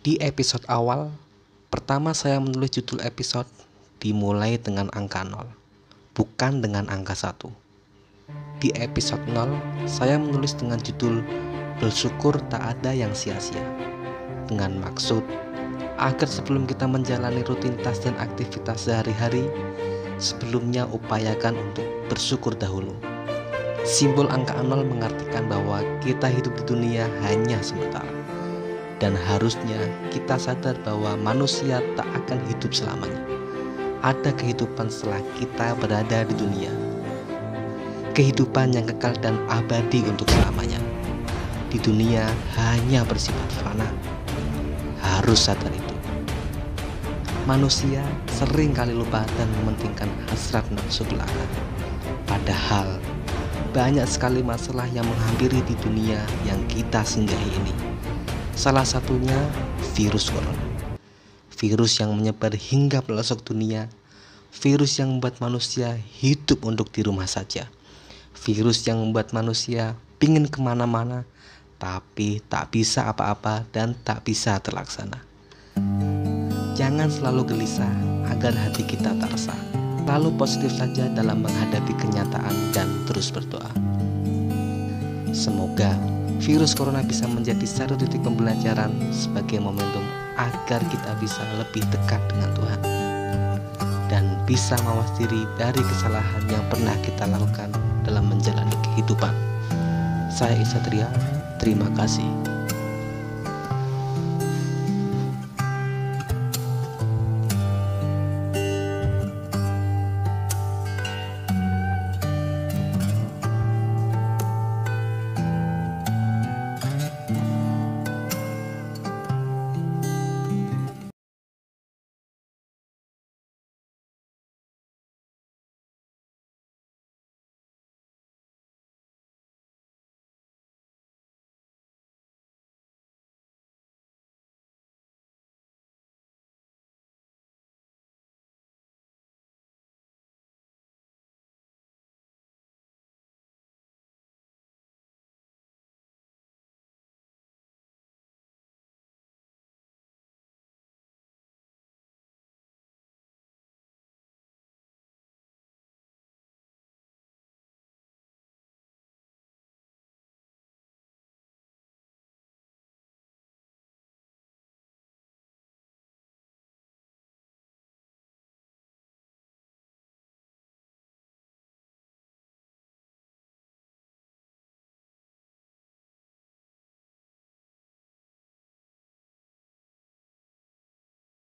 Di episode awal, pertama saya menulis judul episode dimulai dengan angka 0, bukan dengan angka 1. Di episode 0, saya menulis dengan judul bersyukur tak ada yang sia-sia, dengan maksud agar sebelum kita menjalani rutinitas dan aktivitas sehari-hari, sebelumnya upayakan untuk bersyukur dahulu. Simbol angka 0 mengartikan bahwa kita hidup di dunia hanya sementara, dan harusnya kita sadar bahwa manusia tak akan hidup selamanya. Ada kehidupan setelah kita berada di dunia, kehidupan yang kekal dan abadi untuk selamanya. Di dunia hanya bersifat fana. Harus sadar itu. Manusia sering kali lupa dan mementingkan hasrat nafsu belaka. Padahal banyak sekali masalah yang menghampiri di dunia yang kita singgahi ini. Salah satunya virus corona. Virus yang menyebar hingga pelosok dunia. Virus yang membuat manusia hidup untuk di rumah saja. Virus yang membuat manusia pingin kemana-mana, tapi tak bisa apa-apa dan tak bisa terlaksana. Jangan selalu gelisah agar hati kita tak resah. Lalu positif saja dalam menghadapi kenyataan dan terus berdoa. Semoga virus corona bisa menjadi satu titik pembelajaran sebagai momentum agar kita bisa lebih dekat dengan Tuhan dan bisa mawas diri dari kesalahan yang pernah kita lakukan dalam menjalani kehidupan. Saya Isatria, terima kasih.